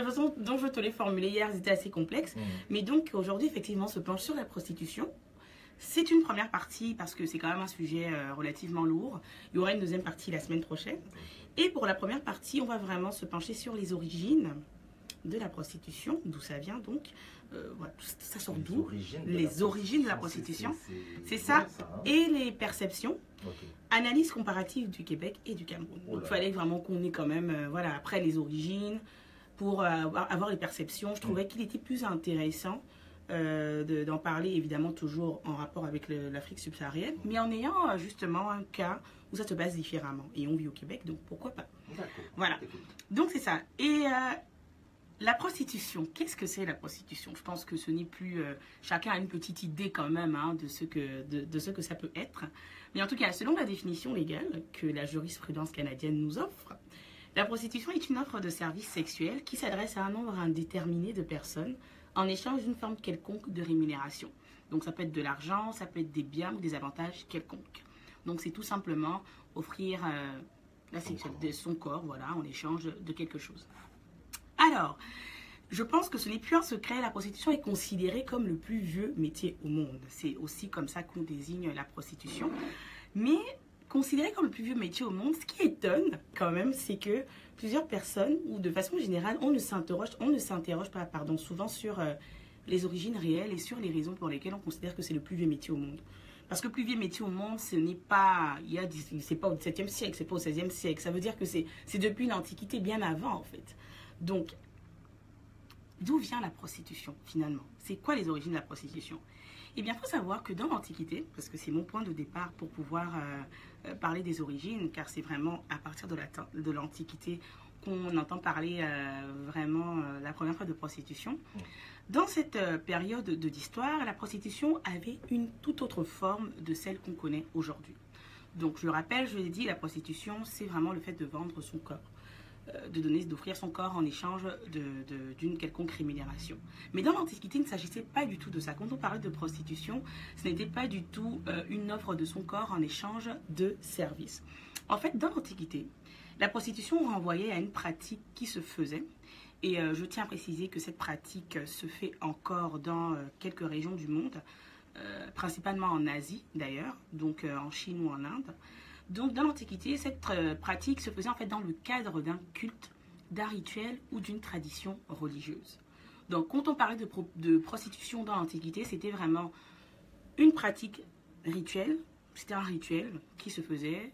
façon dont je te l'ai formulé hier, c'était assez complexe. Mais donc, aujourd'hui, effectivement, on se penche sur la prostitution. C'est une première partie parce que c'est quand même un sujet relativement lourd. Il y aura une deuxième partie la semaine prochaine. Et pour la première partie, on va vraiment se pencher sur les origines de la prostitution, d'où ça vient donc. Voilà, ça sort d'où? Les origines de la prostitution. C'est ça. Et les perceptions. Analyse comparative du Québec et du Cameroun. Donc, il fallait vraiment qu'on ait quand même, voilà, après les origines, pour avoir les perceptions. Je trouvais qu'il était plus intéressant d'en parler, évidemment, toujours en rapport avec l'Afrique subsaharienne, mais en ayant justement un cas où ça se passe différemment. Et on vit au Québec, donc pourquoi pas. Voilà. Donc, c'est ça. Et la prostitution, qu'est-ce que c'est la prostitution? Je pense que ce n'est plus... chacun a une petite idée quand même hein, de ce que ça peut être. Mais en tout cas, selon la définition légale que la jurisprudence canadienne nous offre, la prostitution est une offre de service sexuel qui s'adresse à un nombre indéterminé de personnes en échange d'une forme quelconque de rémunération. Donc ça peut être de l'argent, ça peut être des biens ou des avantages quelconques. Donc c'est tout simplement offrir son corps voilà, en échange de quelque chose. Alors, je pense que ce n'est plus un secret, la prostitution est considérée comme le plus vieux métier au monde. C'est aussi comme ça qu'on désigne la prostitution. Mais considérée comme le plus vieux métier au monde, ce qui étonne quand même, c'est que plusieurs personnes, ou de façon générale, on ne s'interroge pas, souvent sur les origines réelles et sur les raisons pour lesquelles on considère que c'est le plus vieux métier au monde. Parce que le plus vieux métier au monde, ce n'est pas, c'est pas au XVIIe siècle, c'est pas au XVIe siècle. Ça veut dire que c'est depuis l'Antiquité, bien avant en fait. Donc, d'où vient la prostitution finalement? C'est quoi les origines de la prostitution? Eh bien, il faut savoir que dans l'Antiquité, parce que c'est mon point de départ pour pouvoir parler des origines, car c'est vraiment à partir de l'Antiquité qu'on entend parler vraiment la première fois de prostitution. Dans cette période de l'histoire, la prostitution avait une toute autre forme de celle qu'on connaît aujourd'hui. Donc, je le rappelle, je l'ai dit, la prostitution, c'est vraiment le fait de vendre son corps. D'offrir son corps en échange d'une quelconque rémunération. Mais dans l'Antiquité, il ne s'agissait pas du tout de ça. Quand on parlait de prostitution, ce n'était pas du tout une offre de son corps en échange de services. En fait, dans l'Antiquité, la prostitution renvoyait à une pratique qui se faisait. Et je tiens à préciser que cette pratique se fait encore dans quelques régions du monde, principalement en Asie d'ailleurs, donc en Chine ou en Inde. Donc, dans l'Antiquité, cette pratique se faisait en fait dans le cadre d'un culte, d'un rituel ou d'une tradition religieuse. Donc, quand on parlait de prostitution dans l'Antiquité, c'était vraiment une pratique rituelle. C'était un rituel qui se faisait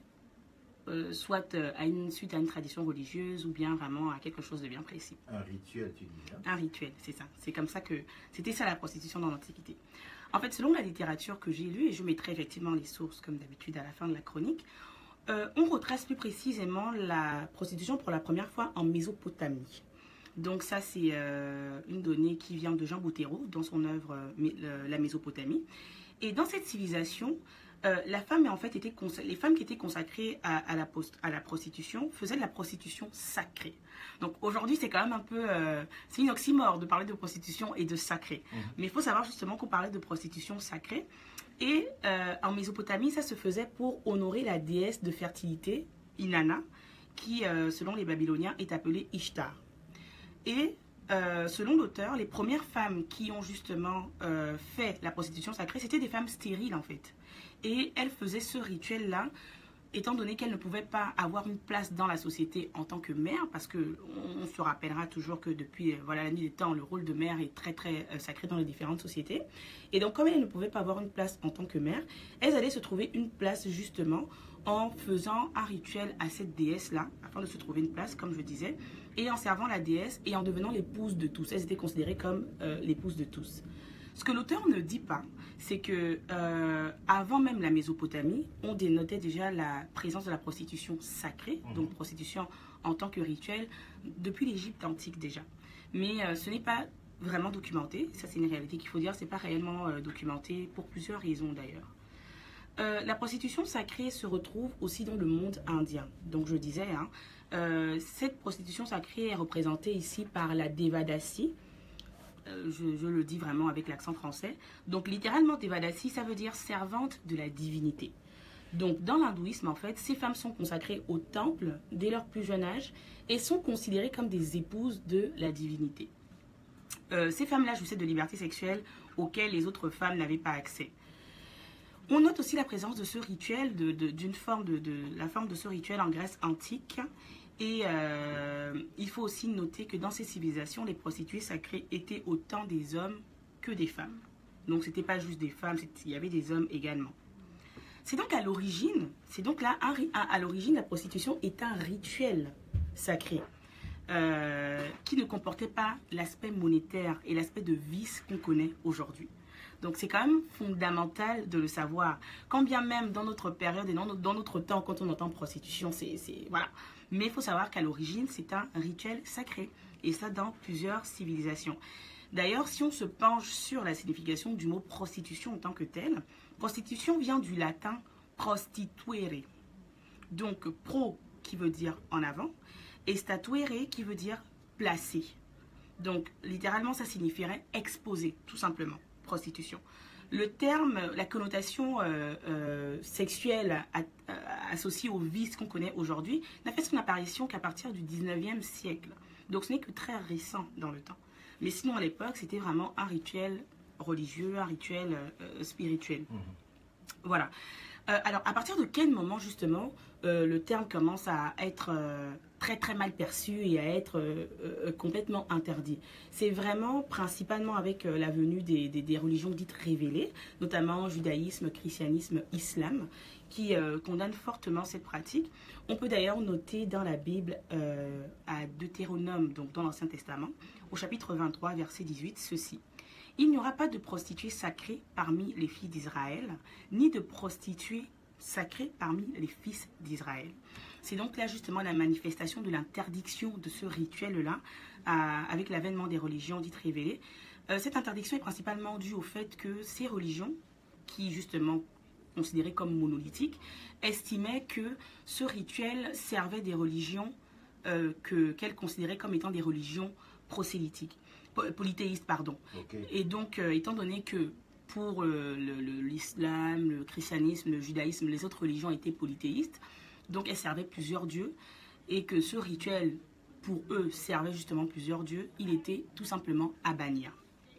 soit suite à une tradition religieuse ou bien vraiment à quelque chose de bien précis. Un rituel, tu dis, hein? Un rituel, c'est ça. C'est comme ça que c'était ça la prostitution dans l'Antiquité. En fait, selon la littérature que j'ai lue, et je mettrai effectivement les sources comme d'habitude à la fin de la chronique, on retrace plus précisément la prostitution pour la première fois en Mésopotamie. Donc ça, c'est une donnée qui vient de Jean Bottero dans son œuvre La Mésopotamie. Et dans cette civilisation, les femmes qui étaient consacrées à la prostitution faisaient de la prostitution sacrée. Donc aujourd'hui, c'est quand même un peu... c'est une oxymore de parler de prostitution et de sacré. Mais il faut savoir justement qu'on parlait de prostitution sacrée. Et en Mésopotamie, ça se faisait pour honorer la déesse de fertilité, Inanna, qui, selon les Babyloniens, est appelée Ishtar. Et selon l'auteur, les premières femmes qui ont justement fait la prostitution sacrée, c'était des femmes stériles en fait. Et elles faisaient ce rituel-là, étant donné qu'elles ne pouvaient pas avoir une place dans la société en tant que mère, parce qu'on se rappellera toujours que depuis la nuit des temps, le rôle de mère est très très sacré dans les différentes sociétés. Et donc comme elles ne pouvaient pas avoir une place en tant que mère, elles allaient se trouver une place justement en faisant un rituel à cette déesse-là, afin de se trouver une place, comme je disais, et en servant la déesse et en devenant l'épouse de tous. Elles étaient considérées comme l'épouse de tous. Ce que l'auteur ne dit pas, c'est que avant même la Mésopotamie, on dénotait déjà la présence de la prostitution sacrée, donc prostitution en tant que rituel, depuis l'Égypte antique déjà. Mais ce n'est pas vraiment documenté, ça c'est une réalité qu'il faut dire, c'est pas réellement documenté pour plusieurs raisons d'ailleurs. La prostitution sacrée se retrouve aussi dans le monde indien. Donc je disais, cette prostitution sacrée est représentée ici par la Devadasi. Je le dis vraiment avec l'accent français. Donc littéralement Devadasi, ça veut dire servante de la divinité. Donc, dans l'hindouisme, en fait, ces femmes sont consacrées au temple dès leur plus jeune âge et sont considérées comme des épouses de la divinité. Ces femmes-là jouissaient de liberté sexuelle auxquelles les autres femmes n'avaient pas accès. On note aussi la présence de ce rituel, la forme de ce rituel en Grèce antique. Et il faut aussi noter que dans ces civilisations, les prostituées sacrées étaient autant des hommes que des femmes. Donc, ce n'était pas juste des femmes, il y avait des hommes également. C'est donc à l'origine, la prostitution est un rituel sacré qui ne comportait pas l'aspect monétaire et l'aspect de vice qu'on connaît aujourd'hui. Donc, c'est quand même fondamental de le savoir. Quand bien même dans notre période et dans notre temps, quand on entend prostitution, voilà. Mais il faut savoir qu'à l'origine, c'est un rituel sacré. Et ça dans plusieurs civilisations. D'ailleurs, si on se penche sur la signification du mot prostitution en tant que tel, prostitution vient du latin prostituere. Donc, pro qui veut dire en avant et statuere qui veut dire placer. Donc, littéralement, ça signifierait exposer, tout simplement. Prostitution. Le terme, la connotation sexuelle associée au vice qu'on connaît aujourd'hui n'a fait son apparition qu'à partir du 19e siècle. Donc ce n'est que très récent dans le temps. Mais sinon à l'époque, c'était vraiment un rituel religieux, un rituel spirituel. Voilà. Alors à partir de quel moment justement le terme commence à être très très mal perçu et à être complètement interdit? C'est vraiment principalement avec la venue des religions dites révélées, notamment judaïsme, christianisme, islam, qui condamnent fortement cette pratique. On peut d'ailleurs noter dans la Bible, à Deutéronome, donc dans l'Ancien Testament, au chapitre 23, verset 18, ceci. Il n'y aura pas de prostituée sacrée parmi les filles d'Israël, ni de prostituée sacrée parmi les fils d'Israël. C'est donc là justement la manifestation de l'interdiction de ce rituel-là, avec l'avènement des religions dites révélées. Cette interdiction est principalement due au fait que ces religions, qui justement considérées comme monolithiques, estimaient que ce rituel servait des religions qu'elles considéraient comme étant des religions prosélytiques. Polythéiste, pardon. Okay. Et donc, étant donné que pour l'islam, le christianisme, le judaïsme, les autres religions étaient polythéistes, donc elles servaient plusieurs dieux, et que ce rituel, pour eux, servait justement plusieurs dieux, il était tout simplement à bannir.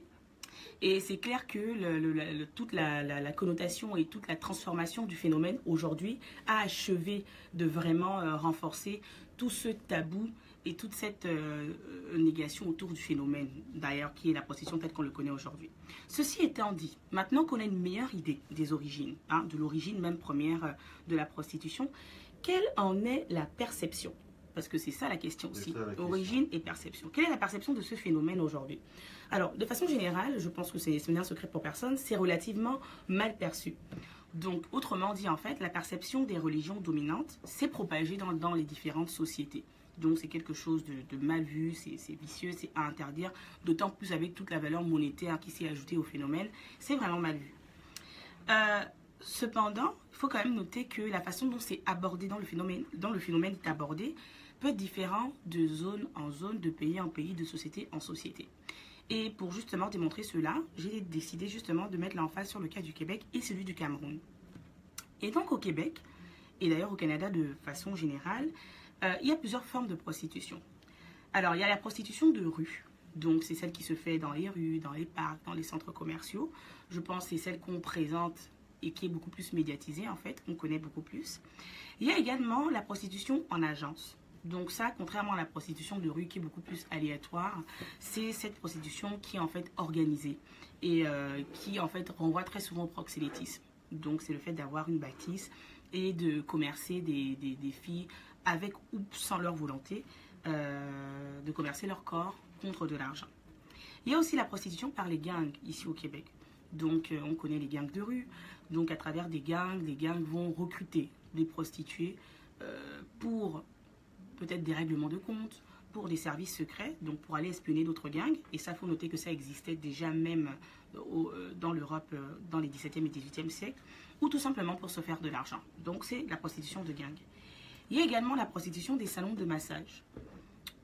Et c'est clair que toute la connotation et toute la transformation du phénomène aujourd'hui a achevé de vraiment renforcer tout ce tabou et toute cette négation autour du phénomène, d'ailleurs, qui est la prostitution telle qu'on le connaît aujourd'hui. Ceci étant dit, maintenant qu'on a une meilleure idée des origines, de l'origine même première de la prostitution, quelle en est la perception? Parce que c'est ça la question aussi, origine et perception. Quelle est la perception de ce phénomène aujourd'hui? Alors, de façon générale, je pense que c'est un secret pour personne, c'est relativement mal perçu. Donc, autrement dit, en fait, la perception des religions dominantes s'est propagée dans les différentes sociétés. Donc, c'est quelque chose de mal vu, c'est vicieux, c'est à interdire, d'autant plus avec toute la valeur monétaire qui s'est ajoutée au phénomène. C'est vraiment mal vu. Cependant, il faut quand même noter que la façon dont c'est abordé dont le phénomène est abordé peut être différent de zone en zone, de pays en pays, de société en société. Et pour justement démontrer cela, j'ai décidé justement de mettre l'emphase sur le cas du Québec et celui du Cameroun. Et donc au Québec, et d'ailleurs au Canada de façon générale, il y a plusieurs formes de prostitution. Alors il y a la prostitution de rue, donc c'est celle qui se fait dans les rues, dans les parcs, dans les centres commerciaux. Je pense que c'est celle qu'on présente et qui est beaucoup plus médiatisée en fait, qu'on connaît beaucoup plus. Il y a également la prostitution en agence. Donc ça, contrairement à la prostitution de rue qui est beaucoup plus aléatoire, c'est cette prostitution qui est en fait organisée et qui en fait renvoie très souvent au proxénétisme. Donc c'est le fait d'avoir une bâtisse et de commercer des filles avec ou sans leur volonté, de commercer leur corps contre de l'argent. Il y a aussi la prostitution par les gangs ici au Québec. Donc on connaît les gangs de rue. Donc à travers des gangs vont recruter des prostituées pour peut-être des règlements de compte, pour des services secrets, donc pour aller espionner d'autres gangs. Et ça, il faut noter que ça existait déjà même dans l'Europe dans les 17e et 18e siècles, ou tout simplement pour se faire de l'argent. Donc c'est la prostitution de gang. Il y a également la prostitution des salons de massage.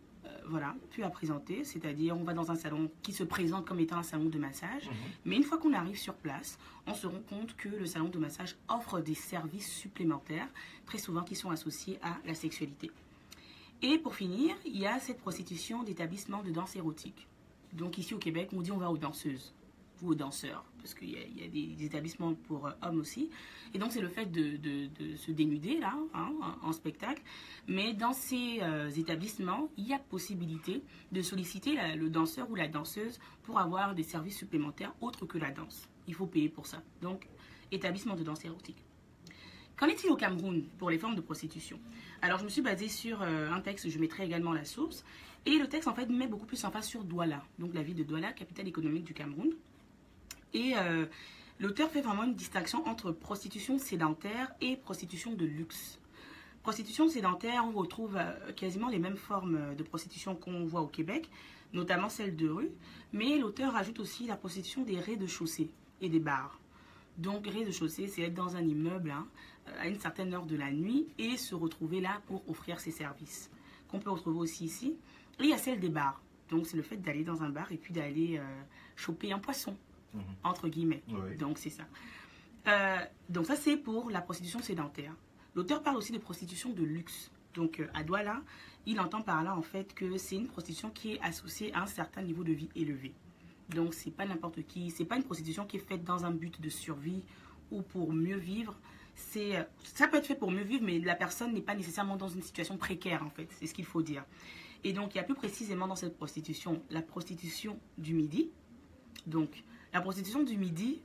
voilà, plus à présenter, c'est-à-dire on va dans un salon qui se présente comme étant un salon de massage, mais une fois qu'on arrive sur place, on se rend compte que le salon de massage offre des services supplémentaires, très souvent qui sont associés à la sexualité. Et pour finir, il y a cette prostitution d'établissements de danse érotique. Donc ici au Québec, on dit on va aux danseuses ou aux danseurs, parce qu'il y a des établissements pour hommes aussi. Et donc c'est le fait de se dénuder là, hein, en spectacle. Mais dans ces établissements, il y a possibilité de solliciter le danseur ou la danseuse pour avoir des services supplémentaires autres que la danse. Il faut payer pour ça. Donc, établissement de danse érotique. Qu'en est-il au Cameroun pour les formes de prostitution? Alors je me suis basée sur un texte, je mettrai également la source. Et le texte en fait met beaucoup plus emphase sur Douala, donc la ville de Douala, capitale économique du Cameroun. Et l'auteur fait vraiment une distinction entre prostitution sédentaire et prostitution de luxe. Prostitution sédentaire, on retrouve quasiment les mêmes formes de prostitution qu'on voit au Québec, notamment celle de rue, mais l'auteur ajoute aussi la prostitution des rez-de-chaussée et des bars. Donc rez-de-chaussée, c'est être dans un immeuble hein, à une certaine heure de la nuit et se retrouver là pour offrir ses services, qu'on peut retrouver aussi ici. Et il y a celle des bars, donc c'est le fait d'aller dans un bar et puis d'aller choper un poisson. Entre guillemets. Oui. Donc c'est ça. Donc ça c'est pour la prostitution sédentaire. L'auteur parle aussi de prostitution de luxe. Donc à Douala, il entend par là en fait que c'est une prostitution qui est associée à un certain niveau de vie élevé. Donc c'est pas n'importe qui, c'est pas une prostitution qui est faite dans un but de survie ou pour mieux vivre. Ça peut être fait pour mieux vivre, mais la personne n'est pas nécessairement dans une situation précaire en fait. C'est ce qu'il faut dire. Et donc il y a plus précisément dans cette prostitution la prostitution du midi. Donc la prostitution du midi,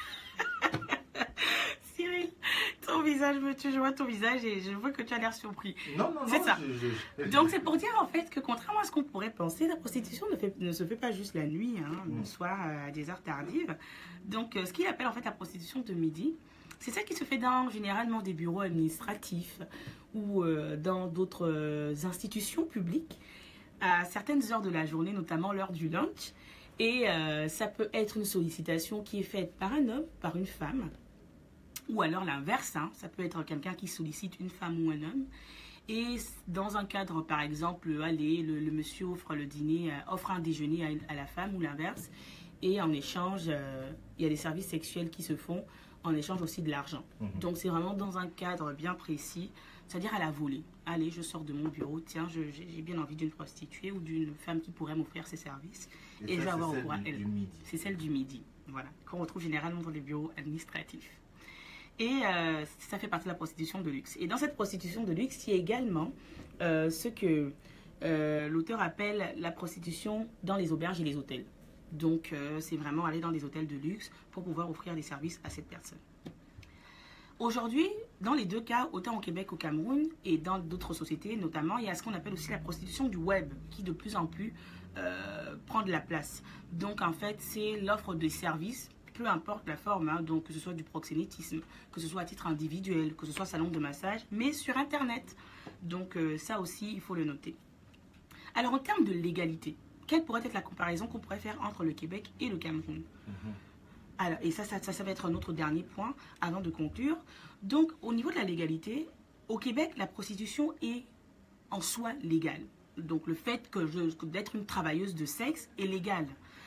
Cyril, ton visage me tue, je vois ton visage et je vois que tu as l'air surpris. Non, non, non. C'est ça. Donc c'est pour dire en fait que contrairement à ce qu'on pourrait penser, la prostitution ne se fait pas juste la nuit, hein, le soir à des heures tardives. Donc ce qu'il appelle en fait la prostitution de midi, c'est celle qui se fait dans généralement des bureaux administratifs ou dans d'autres institutions publiques à certaines heures de la journée, notamment l'heure du lunch. Et ça peut être une sollicitation qui est faite par un homme, par une femme, ou alors l'inverse, hein, ça peut être quelqu'un qui sollicite une femme ou un homme. Et dans un cadre, par exemple, allez, le monsieur offre le dîner, offre un déjeuner à la femme ou l'inverse. Et en échange, il y a des services sexuels qui se font en échange aussi de l'argent. Donc c'est vraiment dans un cadre bien précis, c'est-à-dire à la volée. Allez, je sors de mon bureau, tiens, j'ai bien envie d'une prostituée ou d'une femme qui pourrait m'offrir ses services. Et ça, je vais avoir recours à elle. C'est celle du midi, voilà, qu'on retrouve généralement dans les bureaux administratifs. Et ça fait partie de la prostitution de luxe. Et dans cette prostitution de luxe, il y a également ce que l'auteur appelle la prostitution dans les auberges et les hôtels. Donc, c'est vraiment aller dans des hôtels de luxe pour pouvoir offrir des services à cette personne. Aujourd'hui, dans les deux cas, autant au Québec qu'au Cameroun et dans d'autres sociétés notamment, il y a ce qu'on appelle aussi la prostitution du web qui de plus en plus prend de la place. Donc, en fait, c'est l'offre de services, peu importe la forme, hein, donc que ce soit du proxénétisme, que ce soit à titre individuel, que ce soit salon de massage, mais sur Internet. Donc, ça aussi, il faut le noter. Alors, en termes de légalité, quelle pourrait être la comparaison qu'on pourrait faire entre le Québec et le Cameroun? Alors, et ça va être un autre dernier point avant de conclure. Donc, au niveau de la légalité, au Québec, la prostitution est en soi légale. Donc, le fait d'être une travailleuse de sexe est légal.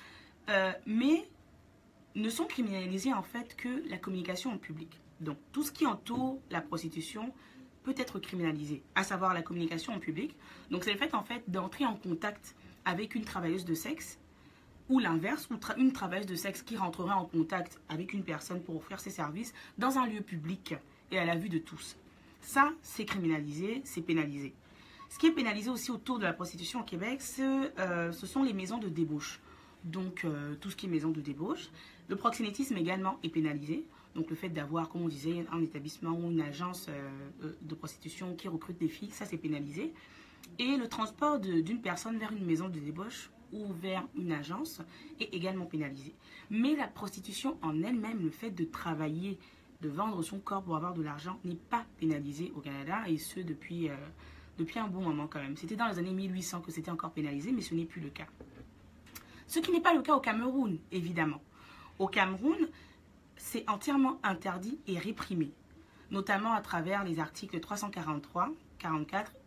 Mais ne sont criminalisées en fait que la communication en public. Donc, tout ce qui entoure la prostitution peut être criminalisé, à savoir la communication en public. Donc, c'est le fait en fait d'entrer en contact avec une travailleuse de sexe ou l'inverse, ou une travailleuse de sexe qui rentrerait en contact avec une personne pour offrir ses services dans un lieu public et à la vue de tous. Ça, c'est criminalisé, c'est pénalisé. Ce qui est pénalisé aussi autour de la prostitution au Québec, ce sont les maisons de débauche. Donc, tout ce qui est maison de débauche. Le proxénétisme également est pénalisé. Donc, le fait d'avoir, comme on disait, un établissement ou une agence de prostitution qui recrute des filles, ça, c'est pénalisé. Et le transport d'une personne vers une maison de débauche ou vers une agence est également pénalisé. Mais la prostitution en elle-même, le fait de travailler, de vendre son corps pour avoir de l'argent, n'est pas pénalisé au Canada, et ce depuis un bon moment quand même. C'était dans les années 1800 que c'était encore pénalisé, mais ce n'est plus le cas. Ce qui n'est pas le cas au Cameroun, évidemment. Au Cameroun, c'est entièrement interdit et réprimé, notamment à travers les articles 343, 44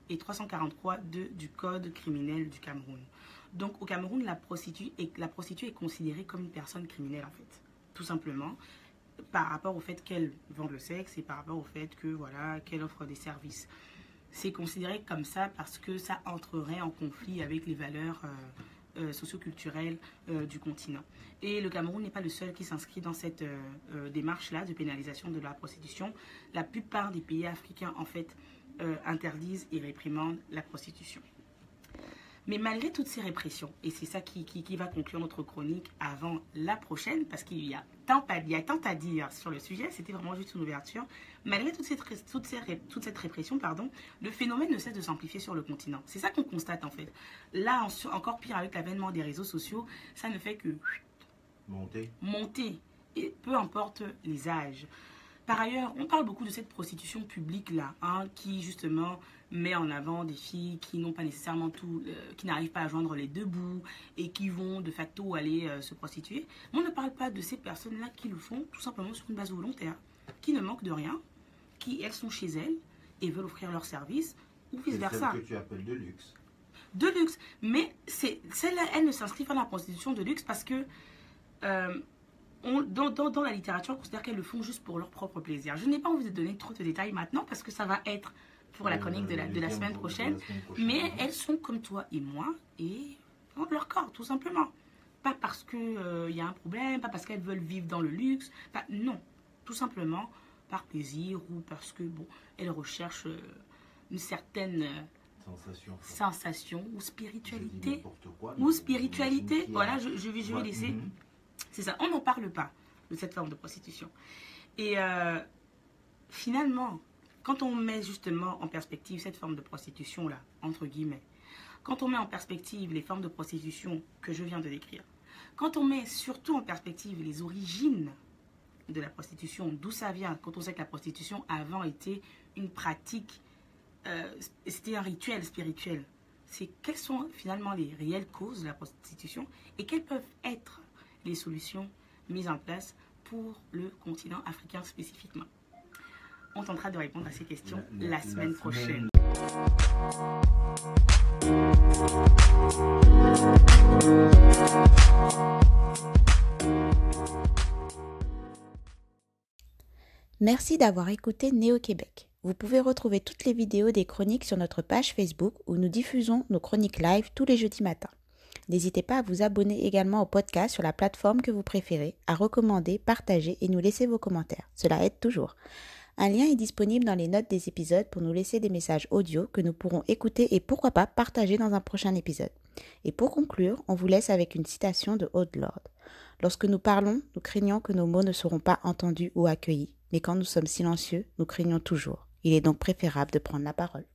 et 343.2 du Code criminel du Cameroun. Donc au Cameroun, la prostituée est considérée comme une personne criminelle en fait, tout simplement, par rapport au fait qu'elle vend le sexe et par rapport au fait que voilà qu'elle offre des services. C'est considéré comme ça parce que ça entrerait en conflit avec les valeurs socioculturelles du continent. Et le Cameroun n'est pas le seul qui s'inscrit dans cette démarche-là de pénalisation de la prostitution. La plupart des pays africains en fait interdisent et réprimandent la prostitution. Mais malgré toutes ces répressions, et c'est ça qui va conclure notre chronique avant la prochaine, parce qu'il y a tant à dire sur le sujet, c'était vraiment juste une ouverture. Malgré toute cette répression, le phénomène ne cesse de s'amplifier sur le continent. C'est ça qu'on constate en fait. Là, encore pire avec l'avènement des réseaux sociaux, ça ne fait que monter, et peu importe les âges. Par ailleurs, on parle beaucoup de cette prostitution publique-là, qui justement met en avant des filles qui n'ont pas nécessairement qui n'arrivent pas à joindre les deux bouts et qui vont de facto aller se prostituer. Mais on ne parle pas de ces personnes-là qui le font tout simplement sur une base volontaire, qui ne manquent de rien, qui elles sont chez elles et veulent offrir leurs services ou vice-versa. C'est celle que tu appelles de luxe. De luxe, mais celle-là, elle ne s'inscrit pas dans la prostitution de luxe parce que dans la littérature, on considère qu'elles le font juste pour leur propre plaisir. Je n'ai pas envie de donner trop de détails maintenant parce que ça va être pour la chronique de la semaine prochaine. Mais elles sont comme toi et moi et ont leur corps, tout simplement. Pas parce qu'il y a un problème, pas parce qu'elles veulent vivre dans le luxe. Non, tout simplement par plaisir ou parce que elles recherchent une certaine sensation ou spiritualité. Voilà, je vais laisser. C'est ça, on n'en parle pas de cette forme de prostitution. Et finalement, quand on met justement en perspective cette forme de prostitution-là, entre guillemets, quand on met en perspective les formes de prostitution que je viens de décrire, quand on met surtout en perspective les origines de la prostitution, d'où ça vient, quand on sait que la prostitution avant était une pratique, c'était un rituel spirituel, c'est quelles sont finalement les réelles causes de la prostitution et quelles peuvent être les solutions mises en place pour le continent africain spécifiquement. On tentera de répondre à ces questions la semaine prochaine. Merci d'avoir écouté Néo-Québec. Vous pouvez retrouver toutes les vidéos des chroniques sur notre page Facebook où nous diffusons nos chroniques live tous les jeudis matins. N'hésitez pas à vous abonner également au podcast sur la plateforme que vous préférez, à recommander, partager et nous laisser vos commentaires. Cela aide toujours. Un lien est disponible dans les notes des épisodes pour nous laisser des messages audio que nous pourrons écouter et pourquoi pas partager dans un prochain épisode. Et pour conclure, on vous laisse avec une citation de Aude Lorde. Lorsque nous parlons, nous craignons que nos mots ne seront pas entendus ou accueillis. Mais quand nous sommes silencieux, nous craignons toujours. Il est donc préférable de prendre la parole.